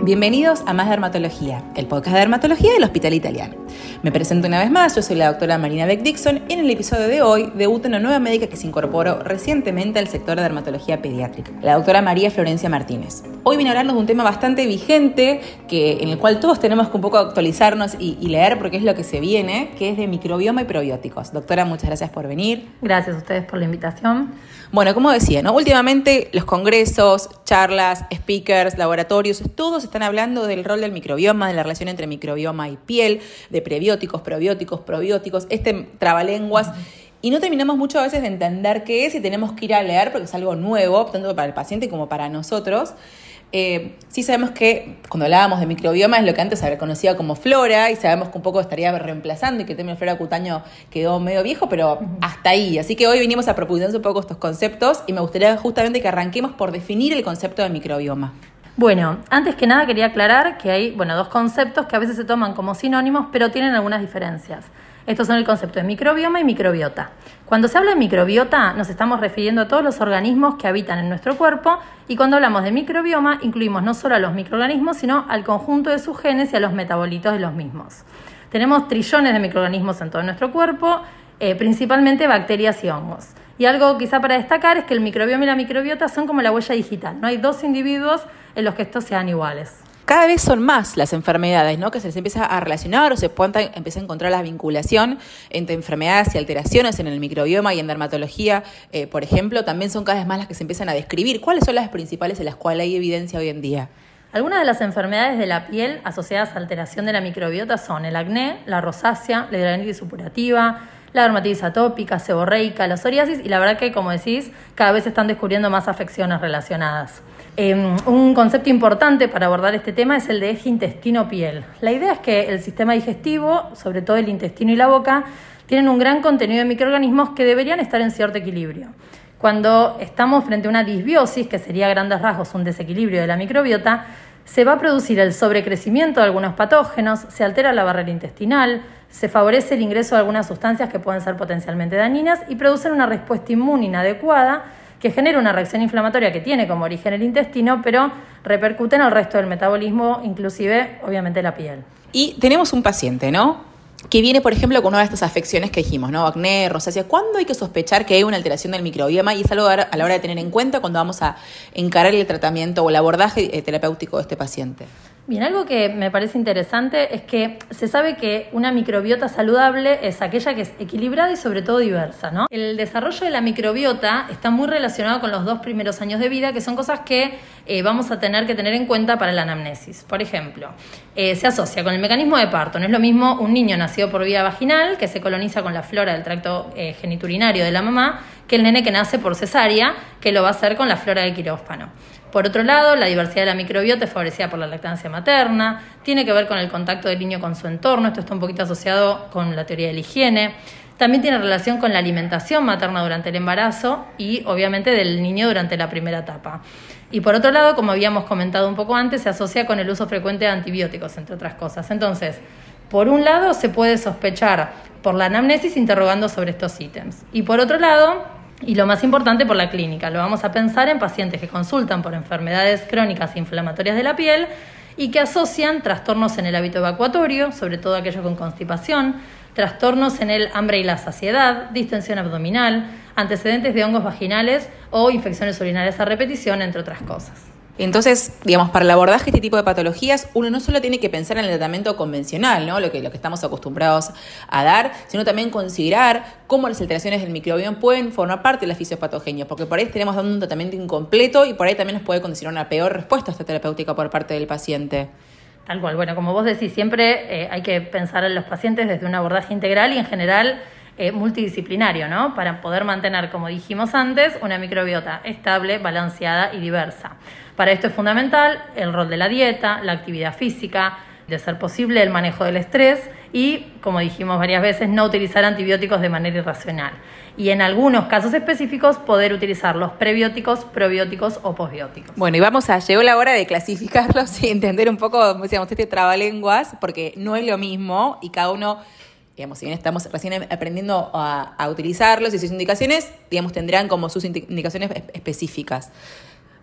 Bienvenidos a Más Dermatología, el podcast de dermatología del Hospital Italiano. Me presento una vez más, yo soy la doctora Marina Beck-Dixon y en el episodio de hoy debuta una nueva médica que se incorporó recientemente al sector de dermatología pediátrica, la doctora María Florencia Martínez. Hoy viene a hablarnos de un tema bastante vigente en el cual todos tenemos que un poco actualizarnos y leer porque es lo que se viene, que es de microbioma y probióticos. Doctora, muchas gracias por venir. Gracias a ustedes por la invitación. Bueno, como decía, ¿no? Últimamente los congresos, charlas, speakers, laboratorios, todos están hablando del rol del microbioma, de la relación entre microbioma y piel, de prebióticos, probióticos, trabalenguas. Y no terminamos mucho a veces de entender qué es y tenemos que ir a leer porque es algo nuevo, tanto para el paciente como para nosotros. Sí sabemos que cuando hablábamos de microbioma es lo que antes se conocía como flora y sabemos que un poco estaría reemplazando y que el término flora cutáneo quedó medio viejo, pero hasta ahí. Así que hoy venimos a profundizar un poco estos conceptos y me gustaría justamente que arranquemos por definir el concepto de microbioma. Bueno, antes que nada quería aclarar que hay dos conceptos que a veces se toman como sinónimos, pero tienen algunas diferencias. Estos son el concepto de microbioma y microbiota. Cuando se habla de microbiota, nos estamos refiriendo a todos los organismos que habitan en nuestro cuerpo y cuando hablamos de microbioma, incluimos no solo a los microorganismos, sino al conjunto de sus genes y a los metabolitos de los mismos. Tenemos trillones de microorganismos en todo nuestro cuerpo, principalmente bacterias y hongos. Y algo quizá para destacar es que el microbioma y la microbiota son como la huella digital. No hay dos individuos en los que estos sean iguales. Cada vez son más las enfermedades, ¿no? Que se les empieza a relacionar o se empieza a encontrar la vinculación entre enfermedades y alteraciones en el microbioma y en dermatología, por ejemplo, también son cada vez más las que se empiezan a describir. ¿Cuáles son las principales en las cuales hay evidencia hoy en día? Algunas de las enfermedades de la piel asociadas a alteración de la microbiota son el acné, la rosácea, la hidradenitis supurativa, la dermatitis atópica, seborreica, la psoriasis y la verdad que, como decís, cada vez se están descubriendo más afecciones relacionadas. Un concepto importante para abordar este tema es el de eje intestino-piel. La idea es que el sistema digestivo, sobre todo el intestino y la boca, tienen un gran contenido de microorganismos que deberían estar en cierto equilibrio. Cuando estamos frente a una disbiosis, que sería a grandes rasgos un desequilibrio de la microbiota, se va a producir el sobrecrecimiento de algunos patógenos, se altera la barrera intestinal, se favorece el ingreso de algunas sustancias que pueden ser potencialmente dañinas y producen una respuesta inmune inadecuada que genera una reacción inflamatoria que tiene como origen el intestino, pero repercute en el resto del metabolismo, inclusive, obviamente, la piel. Y tenemos un paciente, ¿no?, que viene, por ejemplo, con una de estas afecciones que dijimos, ¿no? Acné, rosácea. ¿Cuándo hay que sospechar que hay una alteración del microbioma? Y es algo a la hora de tener en cuenta cuando vamos a encarar el tratamiento o el abordaje terapéutico de este paciente. Bien, algo que me parece interesante es que se sabe que una microbiota saludable es aquella que es equilibrada y sobre todo diversa, ¿no? El desarrollo de la microbiota está muy relacionado con los 2 primeros años de vida, que son cosas que vamos a tener que tener en cuenta para la anamnesis. Por ejemplo, se asocia con el mecanismo de parto. No es lo mismo un niño nacido por vía vaginal, que se coloniza con la flora del tracto geniturinario de la mamá, que el nene que nace por cesárea, que lo va a hacer con la flora de quirófano. Por otro lado, la diversidad de la microbiota es favorecida por la lactancia materna, tiene que ver con el contacto del niño con su entorno, esto está un poquito asociado con la teoría de la higiene, también tiene relación con la alimentación materna durante el embarazo y obviamente del niño durante la primera etapa. Y por otro lado, como habíamos comentado un poco antes, se asocia con el uso frecuente de antibióticos, entre otras cosas. Entonces, por un lado se puede sospechar por la anamnesis interrogando sobre estos ítems y por otro lado, y lo más importante, por la clínica. Lo vamos a pensar en pacientes que consultan por enfermedades crónicas e inflamatorias de la piel y que asocian trastornos en el hábito evacuatorio, sobre todo aquellos con constipación, trastornos en el hambre y la saciedad, distensión abdominal, antecedentes de hongos vaginales o infecciones urinarias a repetición, entre otras cosas. Entonces, digamos, para el abordaje de este tipo de patologías, uno no solo tiene que pensar en el tratamiento convencional, ¿no? Lo que estamos acostumbrados a dar, sino también considerar cómo las alteraciones del microbioma pueden formar parte de la fisiopatogenia, porque por ahí tenemos dando un tratamiento incompleto y por ahí también nos puede condicionar una peor respuesta a esta terapéutica por parte del paciente. Tal cual. Bueno, como vos decís, siempre hay que pensar en los pacientes desde un abordaje integral y en general multidisciplinario, ¿no? Para poder mantener, como dijimos antes, una microbiota estable, balanceada y diversa. Para esto es fundamental el rol de la dieta, la actividad física, de ser posible el manejo del estrés y, como dijimos varias veces, no utilizar antibióticos de manera irracional. Y en algunos casos específicos poder utilizar los prebióticos, probióticos o posbióticos. Bueno, y llegó la hora de clasificarlos y entender un poco, decíamos, este trabalenguas, porque no es lo mismo y cada uno, digamos, si bien estamos recién aprendiendo a utilizarlos y sus indicaciones, digamos, tendrán como sus indicaciones específicas.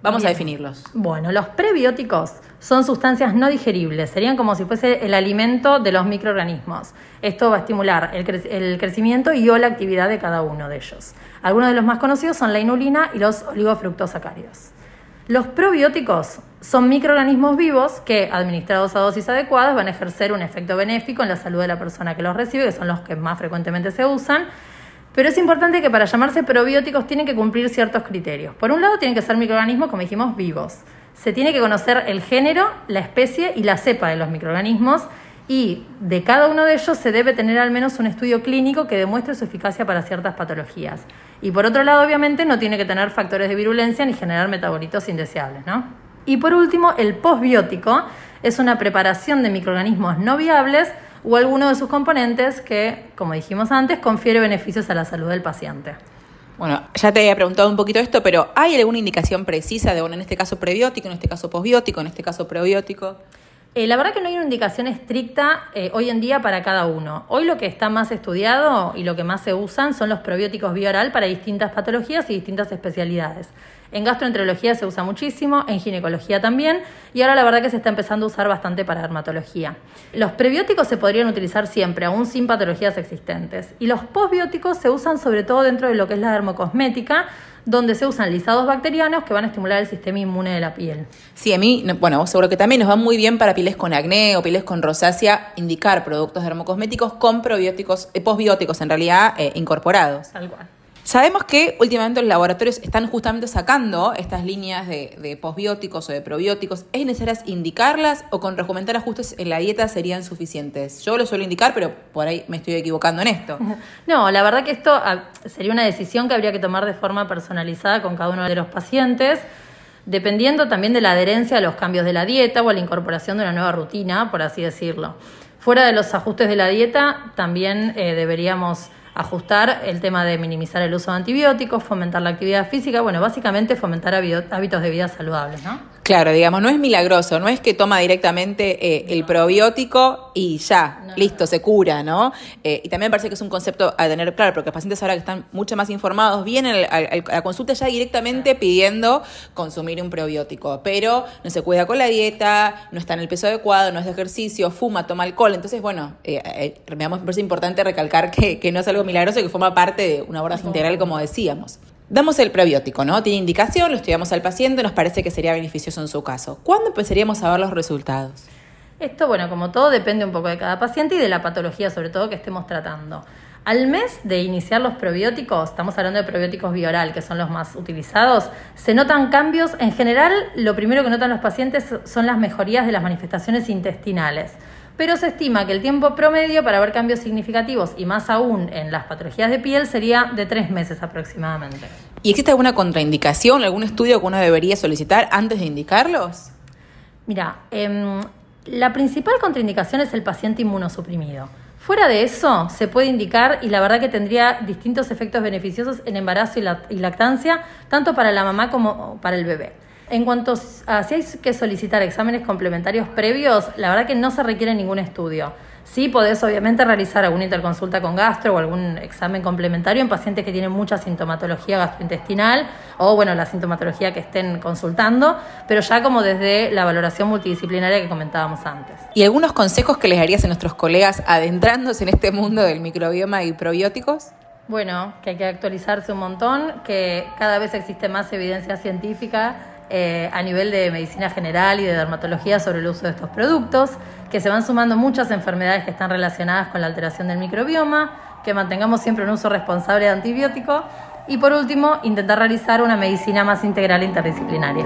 Vamos a definirlos. Bueno, los prebióticos son sustancias no digeribles, serían como si fuese el alimento de los microorganismos. Esto va a estimular el crecimiento y o la actividad de cada uno de ellos. Algunos de los más conocidos son la inulina y los oligofructosacáridos. Los probióticos son microorganismos vivos que, administrados a dosis adecuadas, van a ejercer un efecto benéfico en la salud de la persona que los recibe, que son los que más frecuentemente se usan. Pero es importante que para llamarse probióticos tienen que cumplir ciertos criterios. Por un lado, tienen que ser microorganismos, como dijimos, vivos. Se tiene que conocer el género, la especie y la cepa de los microorganismos, y de cada uno de ellos se debe tener al menos un estudio clínico que demuestre su eficacia para ciertas patologías. Y por otro lado, obviamente, no tiene que tener factores de virulencia ni generar metabolitos indeseables, ¿no? Y por último, el posbiótico es una preparación de microorganismos no viables o alguno de sus componentes que, como dijimos antes, confiere beneficios a la salud del paciente. Bueno, ya te había preguntado un poquito esto, pero ¿hay alguna indicación precisa de, bueno, en este caso prebiótico, en este caso posbiótico, en este caso probiótico? La verdad que no hay una indicación estricta hoy en día para cada uno. Hoy lo que está más estudiado y lo que más se usan son los probióticos vía oral para distintas patologías y distintas especialidades. En gastroenterología se usa muchísimo, en ginecología también, y ahora la verdad que se está empezando a usar bastante para dermatología. Los prebióticos se podrían utilizar siempre, aún sin patologías existentes. Y los posbióticos se usan sobre todo dentro de lo que es la dermocosmética, donde se usan lisados bacterianos que van a estimular el sistema inmune de la piel. Sí, a mí, bueno, seguro que también nos va muy bien para pieles con acné o pieles con rosácea indicar productos dermocosméticos con probióticos, posbióticos en realidad incorporados. Tal cual. Sabemos que últimamente los laboratorios están justamente sacando estas líneas de posbióticos o de probióticos. ¿Es necesario indicarlas o con recomendar ajustes en la dieta serían suficientes? Yo lo suelo indicar, pero por ahí me estoy equivocando en esto. No, la verdad que esto sería una decisión que habría que tomar de forma personalizada con cada uno de los pacientes, dependiendo también de la adherencia a los cambios de la dieta o a la incorporación de una nueva rutina, por así decirlo. Fuera de los ajustes de la dieta, también deberíamos ajustar el tema de minimizar el uso de antibióticos, fomentar la actividad física, bueno, básicamente fomentar hábitos de vida saludables, ¿no? Claro, digamos, no es milagroso, no es que toma directamente el probiótico y ya, listo, se cura, ¿no? Y también me parece que es un concepto a tener claro, porque los pacientes ahora que están mucho más informados vienen a la consulta ya directamente pidiendo consumir un probiótico, pero no se cuida con la dieta, no está en el peso adecuado, no es de ejercicio, fuma, toma alcohol. Entonces, bueno, me parece importante recalcar que no es algo milagroso, que forma parte de una abordaje integral, como decíamos. Damos el probiótico, ¿no? Tiene indicación, lo estudiamos al paciente, nos parece que sería beneficioso en su caso. ¿Cuándo empezaríamos a ver los resultados? Esto, bueno, como todo, depende un poco de cada paciente y de la patología, sobre todo, que estemos tratando. Al mes de iniciar los probióticos, estamos hablando de probióticos vía oral, que son los más utilizados, se notan cambios. En general, lo primero que notan los pacientes son las mejorías de las manifestaciones intestinales. Pero se estima que el tiempo promedio para ver cambios significativos, y más aún en las patologías de piel, sería de 3 meses aproximadamente. ¿Y existe alguna contraindicación, algún estudio que uno debería solicitar antes de indicarlos? Mira, la principal contraindicación es el paciente inmunosuprimido. Fuera de eso, se puede indicar, y la verdad que tendría distintos efectos beneficiosos en embarazo y lactancia, tanto para la mamá como para el bebé. En cuanto a si hay que solicitar exámenes complementarios previos, la verdad que no se requiere ningún estudio. Sí podés obviamente realizar alguna interconsulta con gastro o algún examen complementario en pacientes que tienen mucha sintomatología gastrointestinal o, bueno, la sintomatología que estén consultando, pero ya como desde la valoración multidisciplinaria que comentábamos antes. ¿Y algunos consejos que les darías a nuestros colegas adentrándose en este mundo del microbioma y probióticos? Bueno, que hay que actualizarse un montón, que cada vez existe más evidencia científica a nivel de medicina general y de dermatología sobre el uso de estos productos, que se van sumando muchas enfermedades que están relacionadas con la alteración del microbioma, que mantengamos siempre un uso responsable de antibióticos y, por último, intentar realizar una medicina más integral e interdisciplinaria.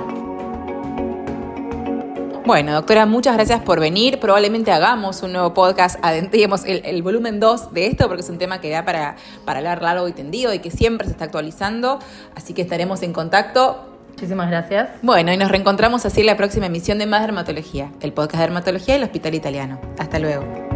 Bueno, doctora, muchas gracias por venir. Probablemente hagamos un nuevo podcast, adentremos el volumen 2 de esto, porque es un tema que da para hablar largo y tendido y que siempre se está actualizando, así que estaremos en contacto. Muchísimas gracias. Bueno, y nos reencontramos así en la próxima emisión de Más Dermatología, el podcast de dermatología del Hospital Italiano. Hasta luego.